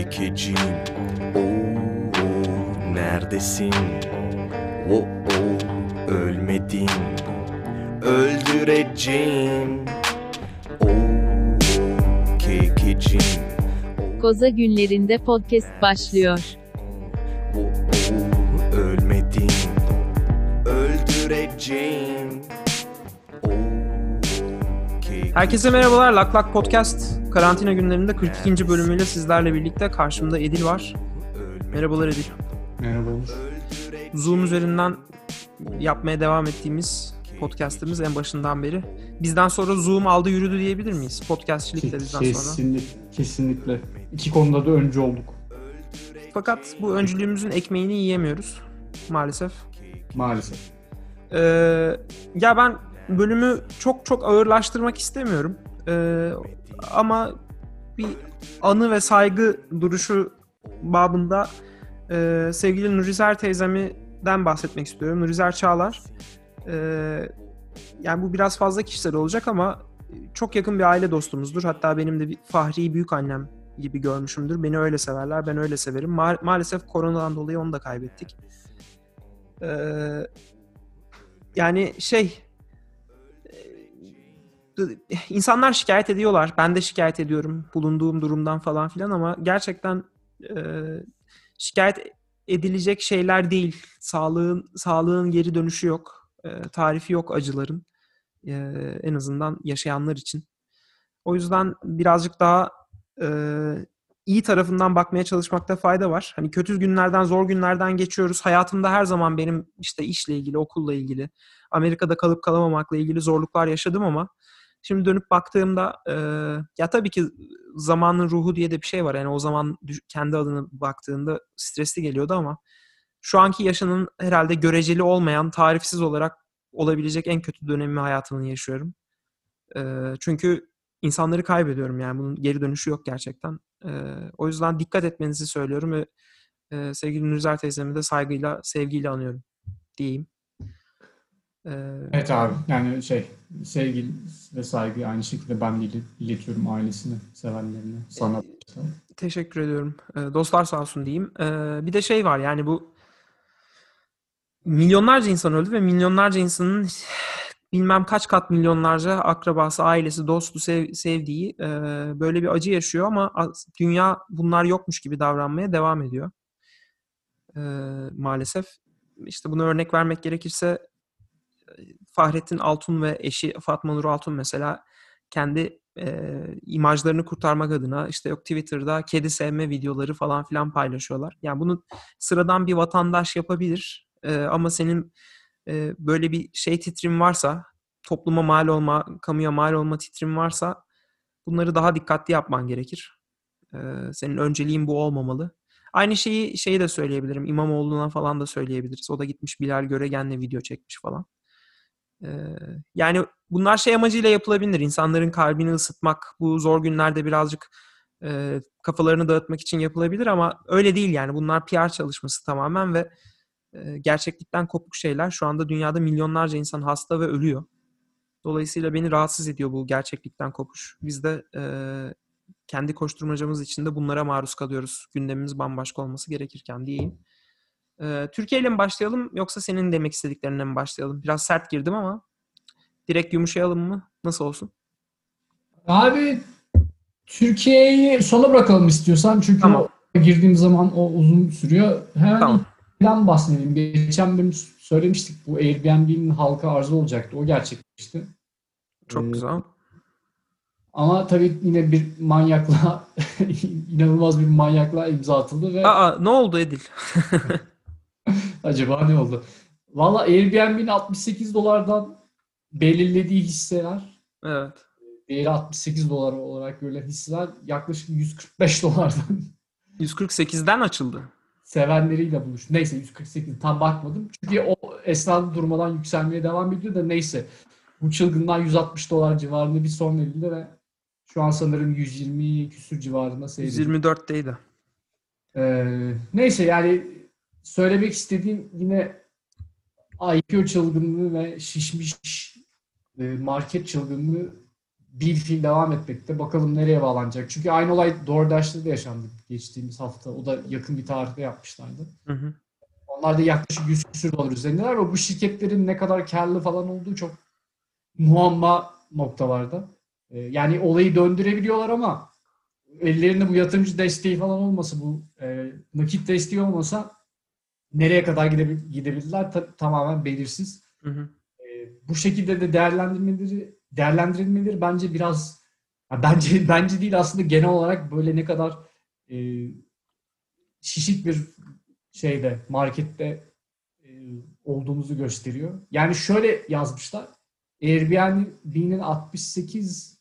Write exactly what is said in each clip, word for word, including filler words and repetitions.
kekecim. Oo, neredesin? Oo, ölmedin. Öldüreceğim. Oo, kekecim. Koza Günlerinde podcast başlıyor. Oo, ölmedin. Öldüreceğim. Oo, kekecim. Herkese merhabalar. Lak Lak Podcast karantina günlerinde kırk ikinci bölümüyle sizlerle birlikte. Karşımda Edil var. Merhabalar Edil. Merhaba. Zoom üzerinden yapmaya devam ettiğimiz podcast'imiz en başından beri. Bizden sonra Zoom aldı yürüdü diyebilir miyiz? Podcastçilik de bizden sonra. Kesinlikle, kesinlikle. İki konuda da öncü olduk. Fakat bu öncülüğümüzün ekmeğini yiyemiyoruz maalesef. Maalesef. Ee, ya ben bölümü çok çok ağırlaştırmak istemiyorum. Ee, ama bir anı ve saygı duruşu babında e, sevgili Nurizer teyzemden bahsetmek istiyorum. Nurizer Çağlar. Ee, yani bu biraz fazla kişisel olacak ama çok yakın bir aile dostumuzdur. Hatta benim de bir Fahri büyükannem gibi görmüşümdür. Beni öyle severler, ben öyle severim. Ma- maalesef koronadan dolayı onu da kaybettik. Ee, yani şey... İnsanlar şikayet ediyorlar. Ben de şikayet ediyorum bulunduğum durumdan falan filan ama gerçekten e, şikayet edilecek şeyler değil. Sağlığın sağlığın geri dönüşü yok. E, tarifi yok acıların. E, en azından yaşayanlar için. O yüzden birazcık daha e, iyi tarafından bakmaya çalışmakta fayda var. Hani kötü günlerden, zor günlerden geçiyoruz. Hayatımda her zaman benim işte işle ilgili, okulla ilgili, Amerika'da kalıp kalamamakla ilgili zorluklar yaşadım ama şimdi dönüp baktığımda e, ya tabii ki zamanın ruhu diye de bir şey var. Yani o zaman kendi adına baktığında stresli geliyordu ama şu anki yaşının herhalde göreceli olmayan, tarifsiz olarak olabilecek en kötü dönemimi hayatımın yaşıyorum. E, çünkü insanları kaybediyorum yani bunun geri dönüşü yok gerçekten. E, o yüzden dikkat etmenizi söylüyorum ve e, sevgili Nurizer teyzemi de saygıyla, sevgiyle anıyorum diyeyim. E, Evet abi, yani şey, sevgi ve saygı aynı şekilde ben de iletiyorum ailesine, sevenlerine, sana. E, teşekkür ediyorum. E, dostlar sağ olsun diyeyim. E, bir de şey var yani bu milyonlarca insan öldü ve milyonlarca insanın bilmem kaç kat milyonlarca akrabası, ailesi, dostu, sev, sevdiği e, böyle bir acı yaşıyor ama dünya bunlar yokmuş gibi davranmaya devam ediyor. E, maalesef. İşte bunu örnek vermek gerekirse Fahrettin Altun ve eşi Fatma Nur Altun mesela kendi e, imajlarını kurtarmak adına işte yok Twitter'da kedi sevme videoları falan filan paylaşıyorlar. Yani bunu sıradan bir vatandaş yapabilir e, ama senin e, böyle bir şey titrin varsa, topluma mal olma, kamuya mal olma titrin varsa bunları daha dikkatli yapman gerekir. E, senin önceliğin bu olmamalı. Aynı şeyi şeyi de söyleyebilirim. İmamoğlu'na falan da söyleyebiliriz. O da gitmiş Bilal Göregen'le video çekmiş falan. Ee, yani bunlar şey amacıyla yapılabilir. İnsanların kalbini ısıtmak, bu zor günlerde birazcık e, kafalarını dağıtmak için yapılabilir ama öyle değil yani. Bunlar P R çalışması tamamen ve e, gerçeklikten kopuk şeyler. Şu anda dünyada milyonlarca insan hasta ve ölüyor. Dolayısıyla beni rahatsız ediyor bu gerçeklikten kopuş. Biz de e, kendi koşturmacamız içinde bunlara maruz kalıyoruz. Gündemimiz bambaşka olması gerekirken diyeyim. Ee, Türkiye ile mi başlayalım yoksa senin demek istediklerine mi başlayalım? Biraz sert girdim ama direkt yumuşayalım mı? Nasıl olsun? Abi, Türkiye'yi sona bırakalım istiyorsan çünkü Tamam. o girdiğim zaman o uzun sürüyor. Hemen Tamam. İlkten bahsedelim. Geçen bölüm söylemiştik, bu Airbnb'nin halka arzı olacaktı. O gerçekleşti. Çok Ee, güzel. Ama tabii yine bir manyakla inanılmaz bir manyakla imza atıldı ve Aa, ne oldu Edil? acaba ne oldu? Valla Airbnb'nin altmış sekiz dolardan belirlediği hisseler, Evet. değeri altmış sekiz dolar olarak görülen hisseler yaklaşık yüz kırk beş dolardan yüz kırk sekizden açıldı. sevenleriyle buluştu. Neyse, yüz kırk sekiz tam bakmadım. Çünkü o esnada durmadan yükselmeye devam ediyor da neyse. Bu çılgınlar yüz altmış dolar civarında bir son verildi ve şu an sanırım yüz yirmi küsür civarında yüz seyrediyor. yirmi dörtteydi. Ee, neyse yani söylemek istediğim yine I P O çılgınlığı ve şişmiş e, market çılgınlığı bir fiil devam etmekte. Bakalım nereye bağlanacak. Çünkü aynı olay DoorDash'ta da yaşandı geçtiğimiz hafta. O da yakın bir tarihte yapmışlardı. Hı hı. Onlar da yaklaşık yüz küsür dolar üzerindeler ve bu şirketlerin ne kadar karlı falan olduğu çok muamma noktalarda. Ee, yani olayı döndürebiliyorlar ama ellerinde bu yatırımcı desteği falan olmasa, bu e, nakit desteği olmasa nereye kadar gidebil- gidebilirler ta- tamamen belirsiz. Hı hı. E, bu şekilde de değerlendirmeleri değerlendirilmeleri bence biraz, ya bence bence değil aslında, genel olarak böyle ne kadar e, şişik bir şeyde, markette e, olduğumuzu gösteriyor. Yani şöyle yazmışlar. Airbnb'nin altmış sekiz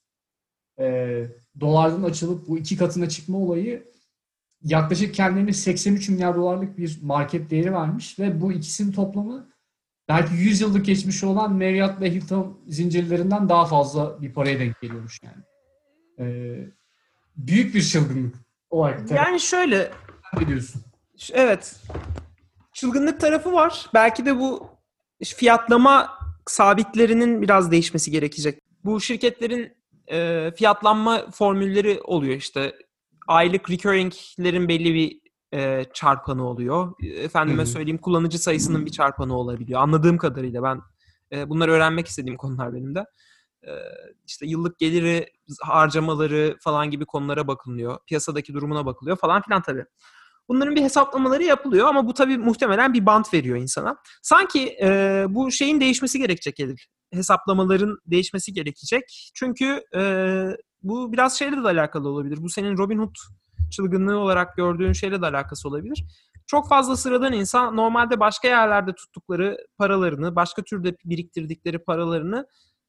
e, dolardan açılıp bu iki katına çıkma olayı yaklaşık kendilerine seksen üç milyar dolarlık bir market değeri vermiş ve bu ikisinin toplamı belki yüz yıllık geçmiş olan Marriott ve Hilton zincirlerinden daha fazla bir paraya denk geliyormuş yani. Ee, büyük bir çılgınlık olarak Yani şöyle, ediyorsun. ş- evet, çılgınlık tarafı var. Belki de bu fiyatlama sabitlerinin biraz değişmesi gerekecek. Bu şirketlerin e, fiyatlanma formülleri oluyor işte. Aylık recurring'lerin belli bir e, çarpanı oluyor. Efendime Hı hı. söyleyeyim, kullanıcı sayısının bir çarpanı olabiliyor. Anladığım kadarıyla ben e, bunları öğrenmek istediğim konular benim de. E, işte yıllık geliri, harcamaları falan gibi konulara bakılıyor. Piyasadaki durumuna bakılıyor falan filan tabii. Bunların bir hesaplamaları yapılıyor ama bu tabii muhtemelen bir bant veriyor insana. Sanki e, bu şeyin değişmesi gerekecek Elif. Hesaplamaların değişmesi gerekecek. Çünkü e, bu biraz şeyle de alakalı olabilir. Bu senin Robinhood çılgınlığı olarak gördüğün şeyle de alakası olabilir. Çok fazla sıradan insan normalde başka yerlerde tuttukları paralarını, başka türde biriktirdikleri paralarını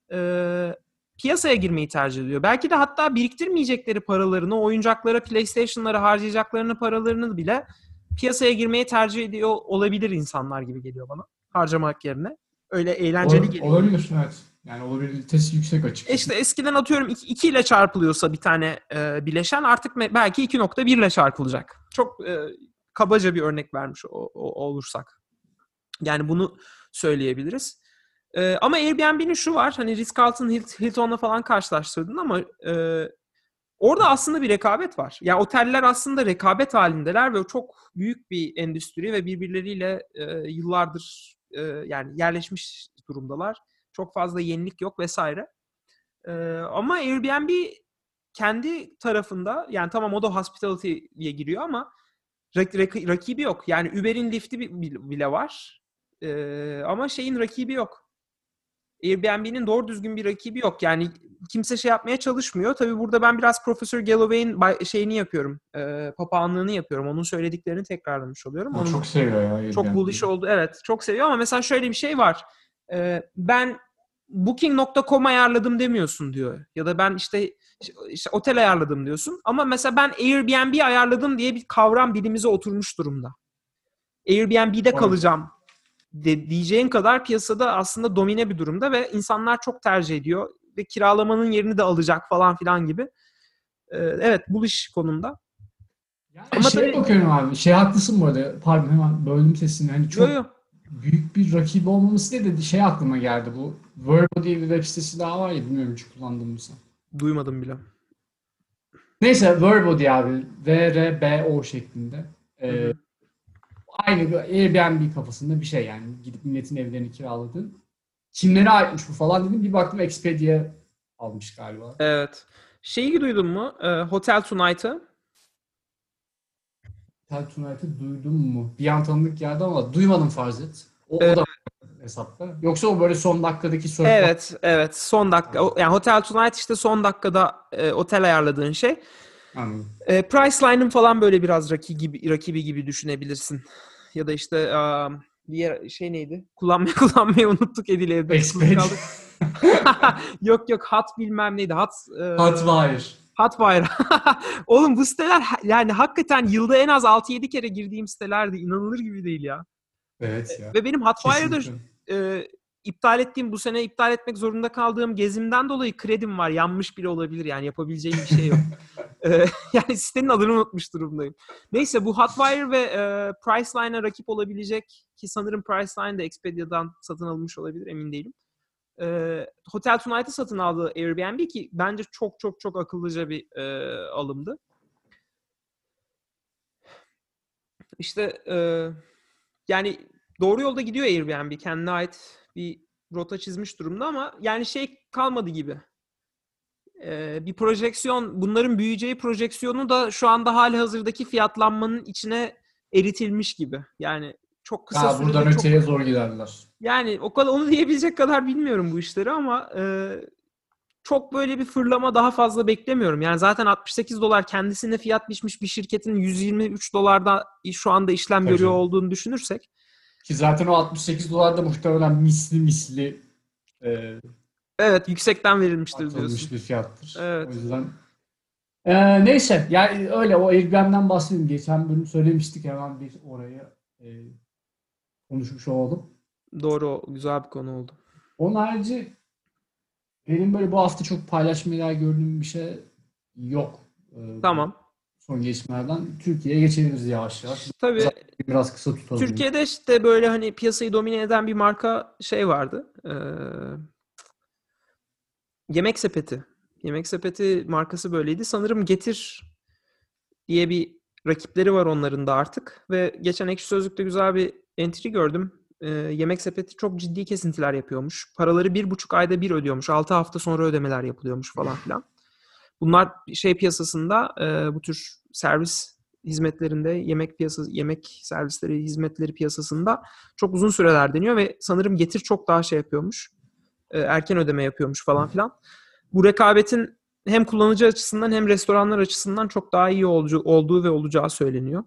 e, piyasaya girmeyi tercih ediyor. Belki de hatta biriktirmeyecekleri paralarını, oyuncaklara, PlayStation'lara harcayacaklarını paralarını bile piyasaya girmeyi tercih ediyor olabilir insanlar gibi geliyor bana. Harcamak yerine. Öyle eğlenceli Ol- geliyor. olabilir, evet. Yani olabilitesi yüksek E açıkçası. İşte eskiden atıyorum iki ile çarpılıyorsa bir tane e, bileşen artık me- belki iki nokta bir ile çarpılacak. Çok e, kabaca bir örnek vermiş o- o- olursak. Yani bunu söyleyebiliriz. E, ama Airbnb'nin şu var, hani Ritz-Carlton, Hil- Hilton'la falan karşılaştırdın ama e, orada aslında bir rekabet var. Yani oteller aslında rekabet halindeler ve çok büyük bir endüstri ve birbirleriyle e, yıllardır e, yani yerleşmiş durumdalar. Çok fazla yenilik yok vesaire. E, ama Airbnb kendi tarafında, yani tamam o da hospitality'ye giriyor ama rak- rak- rakibi yok. Yani Uber'in Lyft'i bi- bile var. E, ama şeyin rakibi yok. Airbnb'nin doğru düzgün bir rakibi yok. Yani kimse şey yapmaya çalışmıyor. Tabii burada ben biraz Profesör Galloway'in bay- şeyini yapıyorum. E, papağanlığını yapıyorum. Onun söylediklerini tekrarlamış oluyorum. O Onun çok seviyor ya çok Airbnb'yi. bullish oldu. Evet, çok seviyor ama mesela şöyle bir şey var. E, ben booking nokta com ayarladım demiyorsun diyor. Ya da ben işte, işte otel ayarladım diyorsun. Ama mesela ben Airbnb ayarladım diye bir kavram dilimize oturmuş durumda. Airbnb'de Doğru. kalacağım de, diyeceğin kadar piyasada aslında domine bir durumda ve insanlar çok tercih ediyor ve kiralamanın yerini de alacak falan filan gibi. Ee, evet, bullish konumda. Yani Ama şeye tabii bakıyorum abi. Şey, haklısın bu arada. Pardon, hemen böldüm sesini. Hani yo çok yo büyük bir rakibi olmaması değil de şey aklıma geldi bu. Vrbo diye bir web sitesi daha var ya, bilmiyorum hiç kullandın mı sen? duymadım bile. Neyse, Vrbo diye abi. V R B O şeklinde. Hı Ee, hı. aynı bir Airbnb kafasında bir şey yani. Gidip milletin evlerini kiraladın. Kimlere aitmiş bu falan dedim. Bir baktım Expedia almış galiba. Evet. Şeyi duydun mu? Ee, Hotel Tonight'ı. Hotel Tonight'ı duydum mu? Bir an tanıdık geldi ama duymadım farz et. O, Ee, o da hesapta. Yoksa o böyle son dakikadaki surf. evet, evet. Son dakika. O- Yani Hotel Tonight işte son dakikada e, otel ayarladığın şey. Anladım. E, Priceline'ın falan böyle biraz rakibi gibi, rakibi gibi düşünebilirsin. Ya da işte um, bir yer, şey neydi? Kullanmayı kullanmayı unuttuk Edil evde. Tıkılıp Expedia. kaldık. Yok yok, Hot bilmem neydi. Hot, e, Hotwire. Hotwire. Oğlum bu siteler ha- yani hakikaten yılda en az altı yedi kere girdiğim sitelerdi. İnanılır gibi değil ya. Evet ya. Ve benim Hotwire'da Kesinlikle. e, iptal ettiğim, bu sene iptal etmek zorunda kaldığım gezimden dolayı kredim var. Yanmış bile olabilir yani, yapabileceğim bir şey yok. E, yani sitenin adını unutmuş durumdayım. Neyse, bu Hotwire ve e, Priceline'a rakip olabilecek, ki sanırım Priceline de Expedia'dan satın alınmış olabilir, emin değilim. e, Hotel Tonight'ı satın aldı Airbnb ki bence çok çok çok akıllıca bir e, alımdı. İşte e, yani doğru yolda gidiyor Airbnb. Kendine ait bir rota çizmiş durumda ama yani şey kalmadı gibi. E, bir projeksiyon, bunların büyüyeceği projeksiyonu da şu anda halihazırdaki fiyatlanmanın içine eritilmiş gibi. Yani çok kısa Ha, sürede buradan çok... öteye zor giderler. Yani o kadar onu diyebilecek kadar bilmiyorum bu işleri ama e, çok böyle bir fırlama daha fazla beklemiyorum. Yani zaten altmış sekiz dolar kendisine fiyat biçmiş bir şirketin yüz yirmi üç dolarda şu anda işlem Tabii görüyor canım. olduğunu düşünürsek. Ki zaten o altmış sekiz dolarda muhtemelen misli misli e, Evet, yüksekten verilmiştir atılmış diyorsun. bir fiyattır. Evet. O yüzden e, neyse yani öyle o Airbnb'den bahsedeyim. Geçen bölüm söylemiştik, hemen bir orayı e, konuşmuş oldum. Doğru, o güzel bir konu oldu. Onun harici benim böyle bu hafta çok paylaşmaya gördüğüm bir şey yok. E, Tamam. Son gelişmelerden. Türkiye'ye geçebiliriz yavaş yavaş. Tabii Biraz kısa tutalım. Türkiye'de işte böyle hani piyasayı domine eden bir marka şey vardı. Ee, Yemek Sepeti. Yemek Sepeti markası böyleydi. Sanırım Getir diye bir rakipleri var onların da artık. Ve geçen Ekşi Sözlük'te güzel bir entry gördüm. Ee, Yemek Sepeti çok ciddi kesintiler yapıyormuş. Paraları bir buçuk ayda bir ödüyormuş. Altı hafta sonra ödemeler yapılıyormuş falan filan. Bunlar şey piyasasında e, bu tür servis hizmetlerinde yemek piyasası yemek servisleri hizmetleri piyasasında çok uzun süreler deniyor ve sanırım Getir çok daha şey yapıyormuş. E, erken ödeme yapıyormuş falan filan. Bu rekabetin hem kullanıcı açısından hem restoranlar açısından çok daha iyi olduğu, olduğu ve olacağı söyleniyor.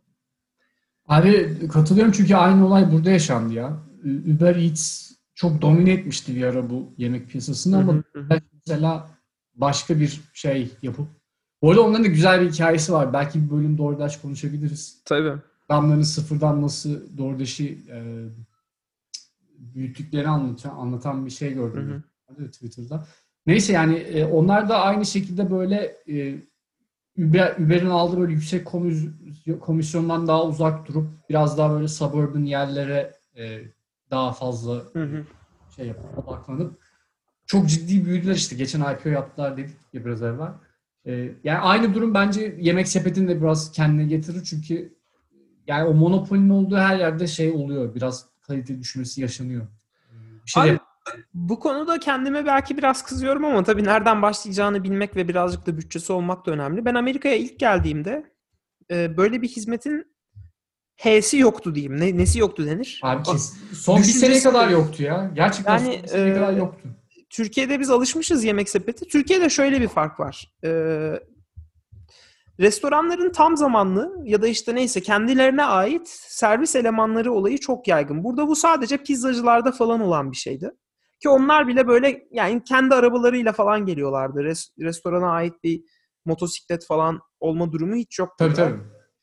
Abi katılıyorum çünkü aynı olay burada yaşandı ya. Uber Eats çok domine etmişti bir ara bu yemek piyasasını ama Hı hı hı. mesela başka bir şey yapıp. Bu arada onların da güzel bir hikayesi var. Belki bir bölüm DoorDash konuşabiliriz. Tabii. Adamların sıfırdan nasıl DoorDash'ı e, büyüttüklerini anlatan, anlatan bir şey gördüm Hı hı. Twitter'da. Neyse yani e, onlar da aynı şekilde böyle e, Uber, Uber'in aldığı böyle yüksek komis- komisyondan daha uzak durup biraz daha böyle suburban yerlere e, daha fazla Hı hı. şey yapıp odaklanıp çok ciddi büyüdüler işte. Geçen I P O yaptılar dedik ya biraz evvel. E, yani aynı durum bence Yemek Sepeti'ni de biraz kendine getirir çünkü yani o monopolinin olduğu her yerde şey oluyor. Biraz kalite düşmesi yaşanıyor. Bir şey de Abi, bu konuda kendime belki biraz kızıyorum ama tabii nereden başlayacağını bilmek ve birazcık da bütçesi olmak da önemli. Ben Amerika'ya ilk geldiğimde e, böyle bir hizmetin H'si yoktu diyeyim. Ne, nesi yoktu denir? Abi A- kes- son bir düşüncesi sene kadar yok. yoktu ya. Gerçekten Yani son bir sene e, kadar yoktu. Türkiye'de biz alışmışız Yemek Sepeti. Türkiye'de şöyle bir fark var. E, restoranların tam zamanlı ya da işte neyse kendilerine ait servis elemanları olayı çok yaygın. Burada bu sadece pizzacılarda falan olan bir şeydi. Ki onlar bile böyle yani kendi arabalarıyla falan geliyorlardı. Res- restorana ait bir motosiklet falan olma durumu hiç yok Tabii burada. tabii.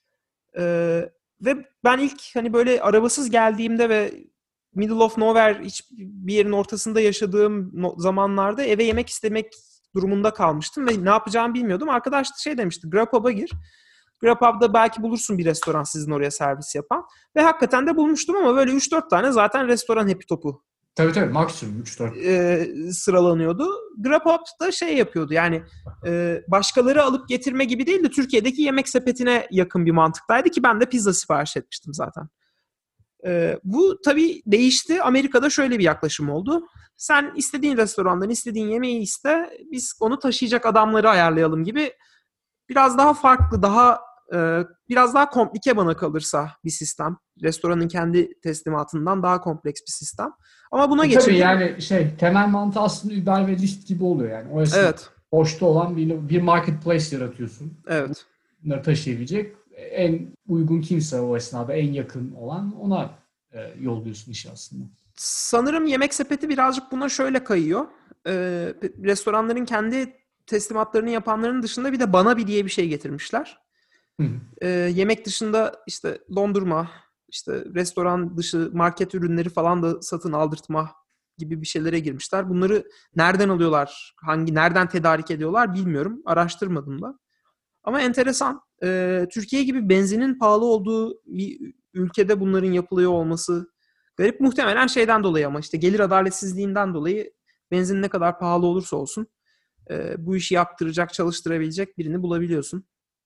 Ee, ve ben ilk hani böyle arabasız geldiğimde ve middle of nowhere hiçbir yerin ortasında yaşadığım no- zamanlarda eve yemek istemek durumunda kalmıştım ve ne yapacağımı bilmiyordum. Arkadaş da şey demişti, Grubhub'a gir. Grubhub'da belki bulursun bir restoran sizin oraya servis yapan. Ve hakikaten de bulmuştum ama böyle üç dört tane zaten restoran hepi topu Tabii tabii maksimum üç dört. e, sıralanıyordu. Grubhub da şey yapıyordu yani e, başkaları alıp getirme gibi değil de Türkiye'deki Yemek Sepeti'ne yakın bir mantıktaydı ki ben de pizza sipariş etmiştim zaten. E, bu tabii değişti. Amerika'da şöyle bir yaklaşım oldu. Sen istediğin restorandan istediğin yemeği iste, biz onu taşıyacak adamları ayarlayalım gibi biraz daha farklı, daha e, biraz daha komplike bana kalırsa bir sistem. Restoranın kendi teslimatından daha kompleks bir sistem. Ama buna E, geçildi. tabii yani şey temel mantığı aslında Uber ve Lyft gibi oluyor yani. O esnada Evet, boşta olan bir, bir marketplace yaratıyorsun. evet. Bunları taşıyabilecek. En uygun kimse o esnada en yakın olan ona e, yolluyorsun işi aslında. Sanırım Yemek Sepeti birazcık buna şöyle kayıyor. Ee, restoranların kendi teslimatlarını yapanların dışında bir de Bana Bir diye bir şey getirmişler. Hı hı. Ee, yemek dışında işte dondurma, işte restoran dışı market ürünleri falan da satın aldırtma gibi bir şeylere girmişler. Bunları nereden alıyorlar, hangi nereden tedarik ediyorlar bilmiyorum. Araştırmadım da. Ama enteresan. Ee, Türkiye gibi benzinin pahalı olduğu bir ülkede bunların yapılıyor olması garip. Muhtemelen şeyden dolayı ama işte gelir adaletsizliğinden dolayı Benzin ne kadar pahalı olursa olsun e, bu işi yaptıracak, çalıştırabilecek birini bulabiliyorsun.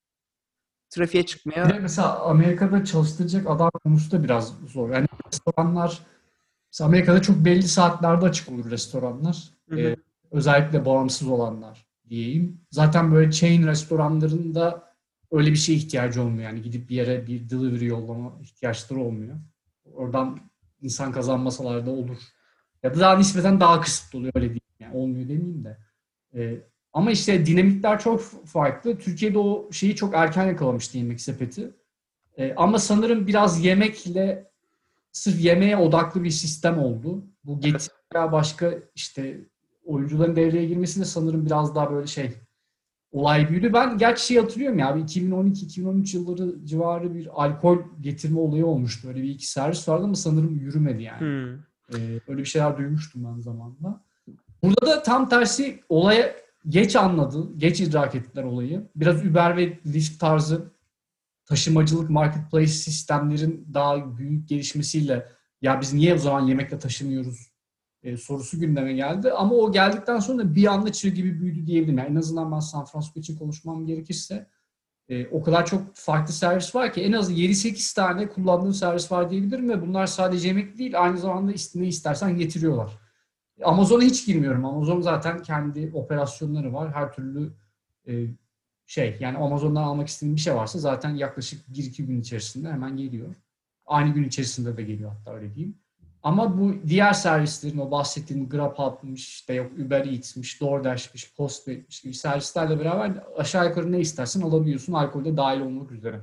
Trafiğe çıkmaya... Bir de mesela Amerika'da çalıştıracak adam konusu da biraz zor. Yani restoranlar, mesela Amerika'da çok belli saatlerde açık olur restoranlar. Hı hı. Ee, özellikle bağımsız olanlar diyeyim. Zaten böyle chain restoranlarında öyle bir şeye ihtiyacı olmuyor. Yani gidip bir yere bir delivery yollama ihtiyaçları olmuyor. Oradan insan kazanmasalar da olur. Ya da daha nispeten daha kısıtlı oluyor, öyle diyeyim. Yani olmuyor demeyeyim de. Ee, ama işte dinamikler çok farklı. Türkiye'de o şeyi çok erken yakalamıştı Yemek Sepeti. Ee, ama sanırım biraz yemekle, sırf yemeğe odaklı bir sistem oldu. Bu getir veya başka işte oyuncuların devreye girmesiyle sanırım biraz daha böyle şey olay büyüdü. Ben gerçi şey hatırlıyorum ya, iki bin on iki iki bin on üç yılları civarı bir alkol getirme olayı olmuştu. Öyle bir iki servis vardı ama sanırım yürümedi yani. Hmm. Ee, öyle bir şeyler duymuştum ben zamanında. Burada da tam tersi, olaya geç anladı, geç idrak ettiler olayı. Biraz Uber ve Lyft tarzı taşımacılık, marketplace sistemlerin daha büyük gelişmesiyle ya biz niye o zaman yemekle taşımıyoruz e, sorusu gündeme geldi. Ama o geldikten sonra bir anda çığ gibi büyüdü diyebilirim. Yani en azından ben San Francisco için konuşmam gerekirse e, o kadar çok farklı servis var ki en az yedi sekiz tane kullandığım servis var diyebilirim ve bunlar sadece yemek değil, aynı zamanda ne istersen getiriyorlar. Amazon'a hiç girmiyorum. Amazon zaten kendi operasyonları var. Her türlü e, şey, yani Amazon'dan almak istediğin bir şey varsa zaten yaklaşık bir iki gün içerisinde hemen geliyor. Aynı gün içerisinde de geliyor hatta, öyle diyeyim. Ama bu diğer servislerin, o bahsettiğim GrabHub'mış, işte yok Uber Eats'miş, DoorDash'miş, Postmate'miş gibi servislerle beraber aşağı yukarı ne istersen alabiliyorsun. Alkol de dahil olmak üzere.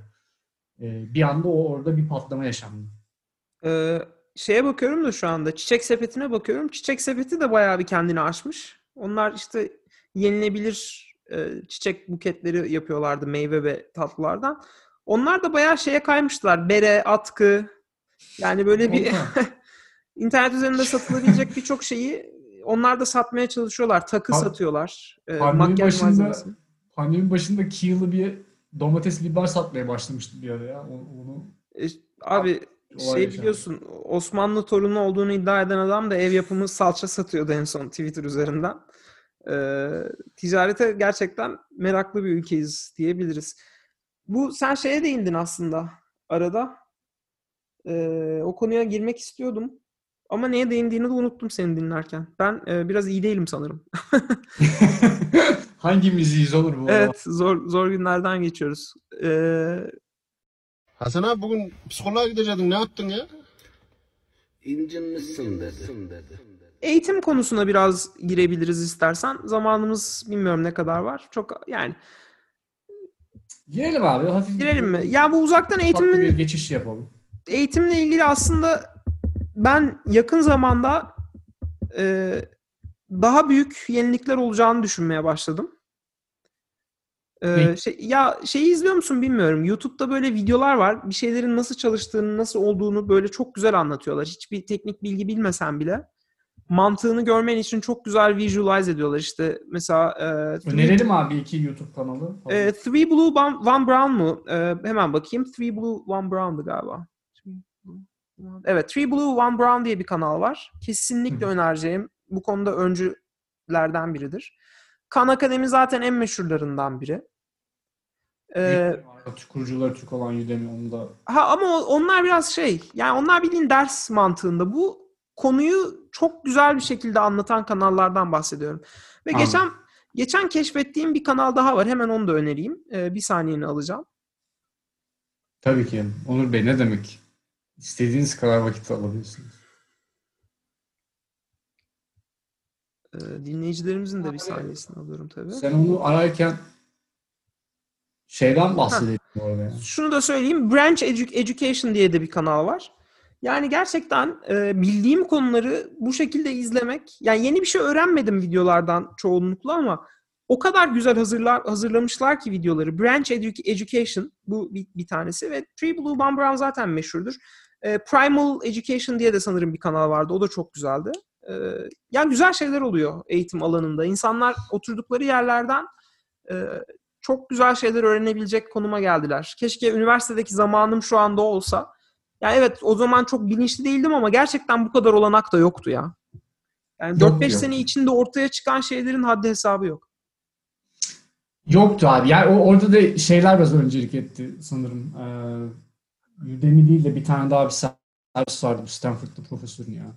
E, bir anda o orada bir patlama yaşandı. Ee, şeye bakıyorum da şu anda Çiçek Sepeti'ne bakıyorum. Çiçek Sepeti de bayağı bir kendini aşmış. Onlar işte yenilebilir e, çiçek buketleri yapıyorlardı meyve ve tatlılardan. Onlar da bayağı şeye kaymışlar. Bere, atkı, yani böyle bir internet üzerinde satılabilecek birçok şeyi onlar da satmaya çalışıyorlar. Takı Pa- satıyorlar. E, Pandemi makyaj başında, malzemesi. pandemi başında Kiehl'lı bir domates biber satmaya başlamıştı bir ara ya. Onu, onu E, abi olay şey yaşandı. biliyorsun, Osmanlı torunu olduğunu iddia eden adam da ev yapımı salça satıyordu en son Twitter üzerinden. Ee, ticarete gerçekten meraklı bir ülkeyiz diyebiliriz. Bu sen şeye değindin aslında arada. Ee, o konuya girmek istiyordum. Ama neye değindiğini de unuttum seni dinlerken. Ben e, biraz iyi değilim sanırım. Hangimiz olur bu arada? Evet, zor zor günlerden geçiyoruz. Ee, Hasan abi bugün psikoloğa gidecektin, ne yaptın ya? İncinmişsin dedi. eğitim konusuna biraz girebiliriz istersen. Zamanımız bilmiyorum ne kadar var. Çok yani Girelim abi. Hafif girelim mi? Ya bu uzaktan tatlı eğitimin bir geçiş yapalım. eğitimle ilgili aslında ben yakın zamanda e, daha büyük yenilikler olacağını düşünmeye başladım. E, şey, ya şeyi izliyor musun bilmiyorum. YouTube'da böyle videolar var. Bir şeylerin nasıl çalıştığını, nasıl olduğunu böyle çok güzel anlatıyorlar. Hiçbir teknik bilgi bilmesen bile mantığını görmen için çok güzel visualize ediyorlar. İşte mesela e, Önerelim abi iki YouTube kanalı. e, Three Blue One, One Brown mu? E, hemen bakayım. Three Blue One Brown'dı galiba. Evet, Three Blue One Brown diye bir kanal var. Kesinlikle önereceğim. Bu konuda öncülerden biridir. Khan Akademi zaten en meşhurlarından biri. Ee, kurucuları Türk olan Udemy, onu da. Ha ama onlar biraz şey, yani onlar bildiğin ders mantığında. Bu konuyu çok güzel bir şekilde anlatan kanallardan bahsediyorum. Ve Anladım. geçen geçen keşfettiğim bir kanal daha var. Hemen onu da önereyim. Ee, bir saniyeni alacağım. Tabii ki. Onur Bey, ne demek? İstediğiniz kadar vakit alabilirsiniz. Ee, dinleyicilerimizin de bir saniyesini alıyorum tabii. Sen onu ararken şeyden bahsedelim bu arada. Yani. Şunu da söyleyeyim. Branch Edu- Education diye de bir kanal var. Yani gerçekten e, bildiğim konuları bu şekilde izlemek, yani yeni bir şey öğrenmedim videolardan çoğunlukla ama o kadar güzel hazırlar, hazırlamışlar ki videoları. Branch Edu- Education bu bir, bir tanesi ve Three Blue One Brown zaten meşhurdur. E, Primal Education diye de sanırım bir kanal vardı. O da çok güzeldi. E, yani güzel şeyler oluyor eğitim alanında. İnsanlar oturdukları yerlerden e, çok güzel şeyler öğrenebilecek konuma geldiler. Keşke üniversitedeki zamanım şu anda olsa. Ya evet, o zaman çok bilinçli değildim ama gerçekten bu kadar olanak da yoktu ya. Yani dört Yoktu, beş yoktu. sene içinde ortaya çıkan şeylerin haddi hesabı yok. Yoktu abi. Yani o, orada da şeyler biraz öncelik etti sanırım. Ee, Udemy değil de bir tane daha bir servis vardı bu Stanford'da profesörün ya.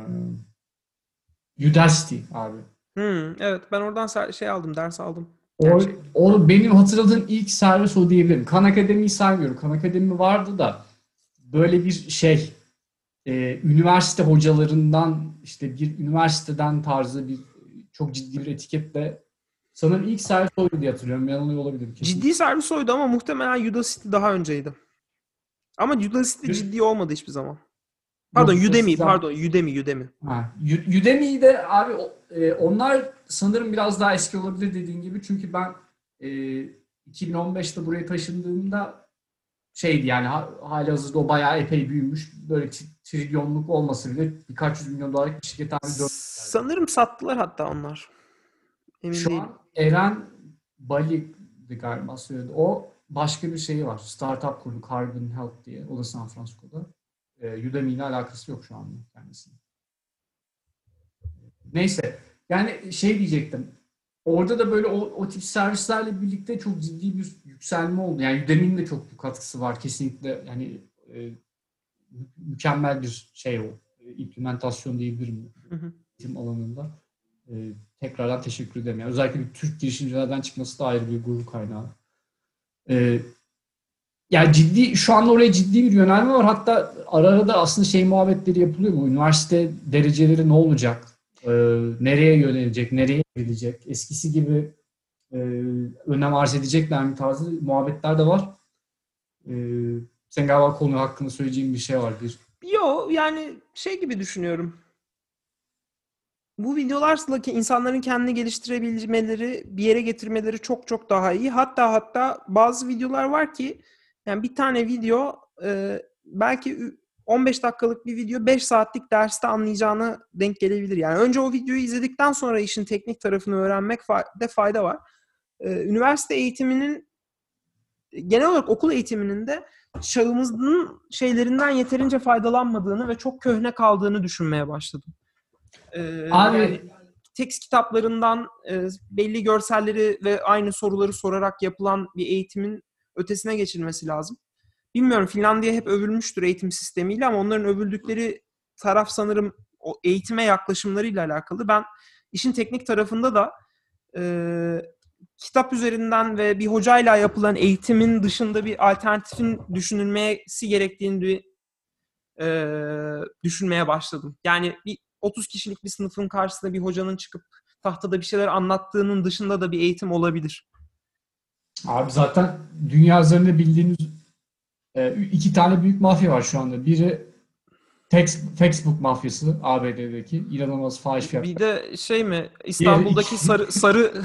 Ee, Udacity abi. Hmm, evet, ben oradan ser- şey aldım, ders aldım. O, Yani şey, o benim hatırladığım ilk servis o diyebilirim. Khan Akademi'yi saymıyorum. Khan Akademi vardı da böyle bir şey e, üniversite hocalarından işte bir üniversiteden tarzı bir çok ciddi bir etiketle sanırım ilk servis oydu diye hatırlıyorum. Yanılıyor olabilirim kesin. ciddi servis oydu ama muhtemelen Udacity daha önceydi. Ama Udacity ciddi olmadı hiçbir zaman. Pardon, Yok, Udemy, Udacity- pardon, Udemy, Udemy. Ha, U- Udemy'yi de abi o- e, onlar sanırım biraz daha eski olabilir dediğin gibi. Çünkü ben e, iki bin on beşte buraya taşındığımda şeydi yani ha, halihazırda o bayağı epey büyümüş. Böyle tri- trilyonluk olmasa bile birkaç yüz milyon dolarlık bir şirket abi dört. Sanırım sattılar hatta onlar. Emin Şu değilim. an Eren Bali'di galiba söyledi. O başka bir şeyi var. Startup kurdu Carbon Health diye. O da San Francisco'da. E, Udemy ile alakası yok şu anda kendisinin. Neyse. Yani şey diyecektim. Orada da böyle o, o tip servislerle birlikte çok ciddi bir yükselme oldu. Yani Udemy'nin de çok büyük katkısı var kesinlikle. Yani e, mükemmel bir şey o. E, implementasyon diyebilirim Hı hı. eğitim alanında. E, tekrardan teşekkür ederim. Yani özellikle bir Türk girişimcilerden çıkması da ayrı bir gurur kaynağı. E, yani ciddi şu anda oraya ciddi bir yönelme var. Hatta ara ara da aslında şey muhabbetleri yapılıyor mu? Üniversite dereceleri ne olacak? Ee, nereye yönelecek? Nereye gidecek? Eskisi gibi e, önem arz edecekler mi tarzı muhabbetler de var. Ee, sen galiba konu hakkında söyleyeceğin bir şey var. Bir Yo, yani şey gibi düşünüyorum. Bu videolarla ki insanların kendini geliştirebilmeleri, bir yere getirmeleri çok çok daha iyi. Hatta hatta bazı videolar var ki yani bir tane video e, belki on beş dakikalık bir video beş saatlik derste anlayacağına denk gelebilir. Yani önce o videoyu izledikten sonra işin teknik tarafını öğrenmekte fayda var. E, üniversite eğitiminin genel olarak okul eğitiminin de çağımızın şeylerinden yeterince faydalanmadığını ve çok köhne kaldığını düşünmeye başladım. Ee, Abi yani tekst kitaplarından e, belli görselleri ve aynı soruları sorarak yapılan bir eğitimin ötesine geçilmesi lazım. Bilmiyorum, Finlandiya hep övülmüştür eğitim sistemiyle ama onların övüldükleri taraf sanırım o eğitime yaklaşımlarıyla alakalı. Ben işin teknik tarafında da e, kitap üzerinden ve bir hocayla yapılan eğitimin dışında bir alternatifin düşünülmesi gerektiğini e, düşünmeye başladım. Yani bir otuz kişilik bir sınıfın karşısında bir hocanın çıkıp tahtada bir şeyler anlattığının dışında da bir eğitim olabilir. abi zaten dünya üzerinde bildiğiniz e, iki tane büyük mafya var şu anda. Biri text, textbook mafyası A B D'deki inanılmaz fahiş fiyatlar. Bir de şey mi, İstanbul'daki sarı sarı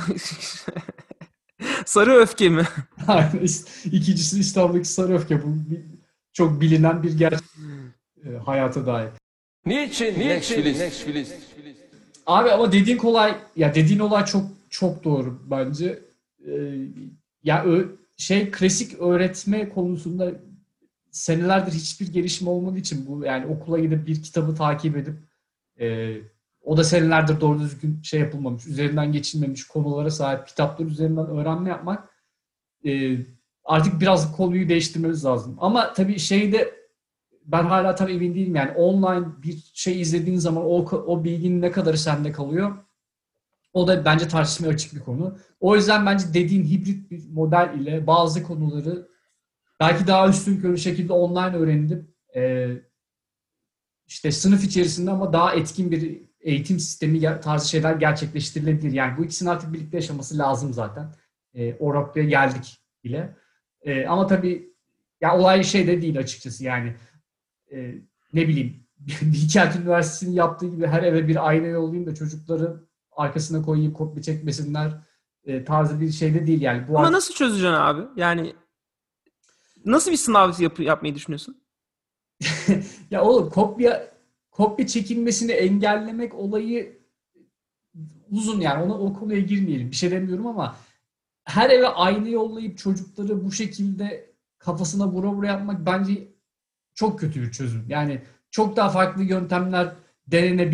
sarı öfke mi? İkincisi İstanbul'daki sarı öfke. Bu bir, çok bilinen bir gerçek e, hayata dair. Niçin Netflix? Abi ama dediğin kolay ya dediğin olay çok çok doğru bence. Ee, ya ö, şey klasik öğretme konusunda senelerdir hiçbir gelişme olmadığı için bu yani okula gidip bir kitabı takip edip e, o da senelerdir doğru düzgün şey yapılmamış, üzerinden geçilmemiş konulara sahip kitaplar üzerinden öğrenme yapmak e, artık biraz konuyu değiştirmemiz lazım. Ama tabii şeyde ben hala tam emin değilim yani online bir şey izlediğin zaman o, o bilginin ne kadarı sende kalıyor. O da bence tartışmaya açık bir konu. O yüzden bence dediğin hibrit bir model ile bazı konuları belki daha üstünkörü şekilde online öğrenilip e, işte sınıf içerisinde ama daha etkin bir eğitim sistemi tarzı şeyler gerçekleştirilebilir. Yani bu ikisinin artık birlikte yaşaması lazım zaten. E, o noktaya geldik bile. E, ama tabii ya olay şey de değil açıkçası yani. Ee, ne bileyim Bilkent Üniversitesi'nin yaptığı gibi her eve bir ayna yollayayım da çocukları arkasına koyayım kopya çekmesinler e, tarzı bir şey de değil yani. Bu Ama artık... nasıl çözeceksin abi? Yani nasıl bir sınav yap- yapmayı düşünüyorsun? ya oğlum kopya kopya çekilmesini engellemek olayı uzun yani ona o konuya girmeyelim. Bir şey demiyorum ama her eve ayna yollayıp çocukları bu şekilde kafasına vura vura yapmak bence çok kötü bir çözüm. Yani çok daha farklı yöntemler denenebilir.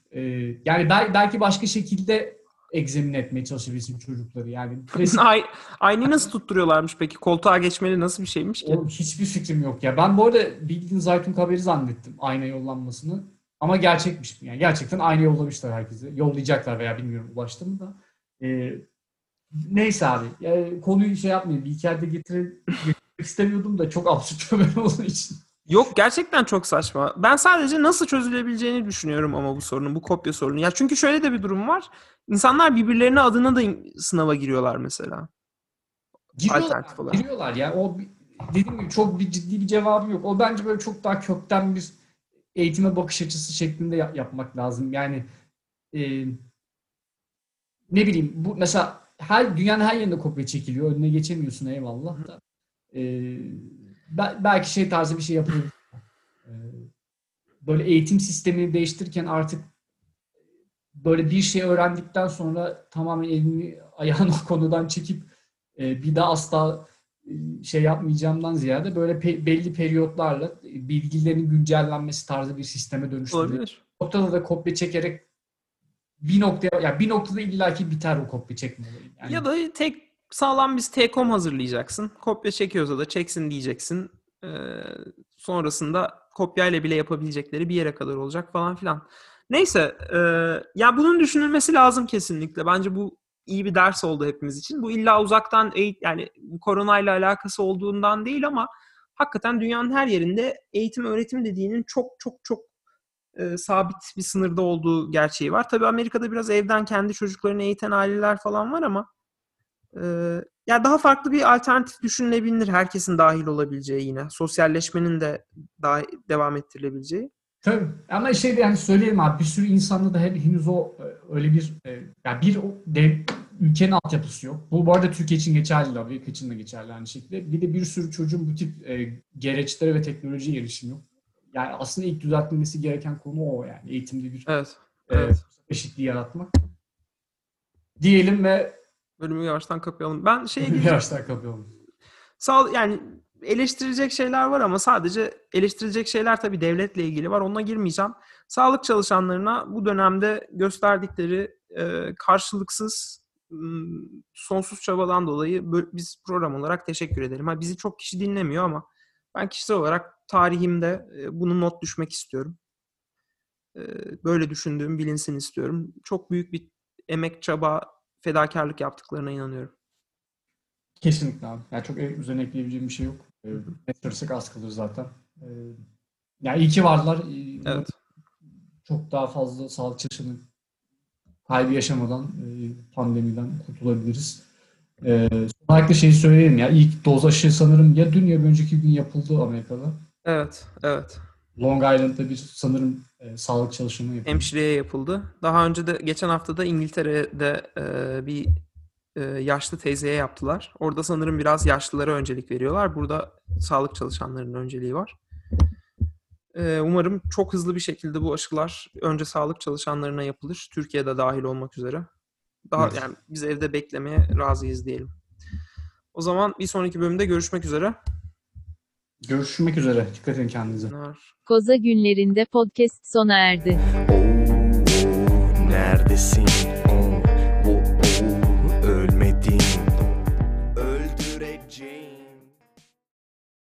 Ee, yani bel- belki başka şekilde egzamin etmeye çalışabilirsin çocukları. Yani klasik Ay, aynı nasıl tutturuyorlarmış peki? Koltuğa geçmeli nasıl bir şeymiş ki? o, hiçbir fikrim yok ya. Ben bu arada bildiğin Zaytun haberi zannettim ayna yollanmasını. Ama gerçekmiş. Yani gerçekten ayna yollamışlar herkese. Yollayacaklar veya bilmiyorum ulaştı mı da. Ee, neyse abi. Yani konuyu şey yapmayayım. Bir iki yerde getirin, getirmek istemiyordum da çok absürt bir haber olduğu için. Yok gerçekten çok saçma. Ben sadece nasıl çözülebileceğini düşünüyorum ama bu sorunun, bu kopya sorunu. Ya çünkü şöyle de bir durum var. İnsanlar birbirlerine adına da sınava giriyorlar mesela. Giriyorlar, Alternatif olarak. giriyorlar ya. O bir- dediğim gibi çok bir ciddi bir cevabı yok. O bence böyle çok daha kökten bir eğitime bakış açısı şeklinde yap- yapmak lazım. Yani e, ne bileyim bu mesela her dünyanın her yerinde kopya çekiliyor. Önüne geçemiyorsun eyvallah da. E, be- belki şey tarzı bir şey yapılabilir. E, böyle eğitim sistemini değiştirirken artık böyle bir şey öğrendikten sonra tamamen elini ayağını o konudan çekip e, bir daha asla e, şey yapmayacağımdan ziyade böyle pe- belli periyotlarla bilgilerin güncellenmesi tarzı bir sisteme dönüştürmek. Olabilir. Bir noktada da kopya çekerek bir noktaya yani bir noktada illaki biter o kopya çekme olayı. Yani Ya da tek sağlam bir T-kom hazırlayacaksın. Kopya çekiyorsa da çeksin diyeceksin. Ee, sonrasında kopyayla bile yapabilecekleri bir yere kadar olacak falan filan. Neyse, e, ya bunun düşünülmesi lazım kesinlikle. Bence bu iyi bir ders oldu hepimiz için. Bu illa uzaktan eğit yani koronayla alakası olduğundan değil ama hakikaten dünyanın her yerinde eğitim öğretim dediğinin çok çok çok e, sabit bir sınırda olduğu gerçeği var. Tabii Amerika'da biraz evden kendi çocuklarını eğiten aileler falan var ama e, ya daha farklı bir alternatif düşünülebilir. Herkesin dahil olabileceği yine. Sosyalleşmenin de daha devam ettirilebileceği. tabii. Ama şey de yani söyleyelim abi bir sürü insanda da henüz o e, öyle bir e, yani bir o dev, ülkenin altyapısı yok. Bu bu arada Türkiye için geçerli, Amerika için de geçerli aynı şekilde. Bir de bir sürü çocuğun bu tip e, gereçlere ve teknolojiye erişimi yok. Yani aslında ilk düzeltilmesi gereken konu o yani. Eğitimde bir Evet. e, Evet. eşitliği yaratmak. Diyelim ve Bölümü yavaştan kapayalım. Ben şeye gireceğim. yavaştan kapayalım. Sağ, yani eleştirilecek şeyler var ama sadece eleştirilecek şeyler tabii devletle ilgili var. Onunla girmeyeceğim. Sağlık çalışanlarına bu dönemde gösterdikleri e, karşılıksız m, sonsuz çabadan dolayı bö- biz program olarak teşekkür edelim. Ha, bizi çok kişi dinlemiyor ama ben kişisel olarak tarihimde e, bunu not düşmek istiyorum. E, böyle düşündüğüm bilinsin istiyorum. Çok büyük bir emek, çaba, fedakarlık yaptıklarına inanıyorum. Kesinlikle abi. Yani çok üzerine ekleyebileceğim bir şey yok. E, Networks'e az kalır zaten. E, yani iyi ki varlar. E, Evet. çok daha fazla sağlık çalışanı kaybı yaşamadan e, pandemiden kurtulabiliriz. E, son olarak da şeyi söyleyeyim ya ilk doz aşı sanırım ya dün ya bir önceki gün yapıldı Amerika'da. Evet, evet. Long Island'da bir sanırım e, sağlık çalışanı yapıldı. Hemşireye yapıldı. Daha önce de geçen hafta da İngiltere'de e, bir e, yaşlı teyzeye yaptılar. Orada sanırım biraz yaşlılara öncelik veriyorlar. Burada sağlık çalışanlarının önceliği var. E, umarım çok hızlı bir şekilde bu aşılar önce sağlık çalışanlarına yapılır. Türkiye'de dahil olmak üzere. Daha Evet. yani biz evde beklemeye razıyız diyelim. O zaman bir sonraki bölümde görüşmek üzere. Görüşmek üzere. Dikkat edin kendinize. Koza günlerinde podcast sona erdi. Oo, neredesin?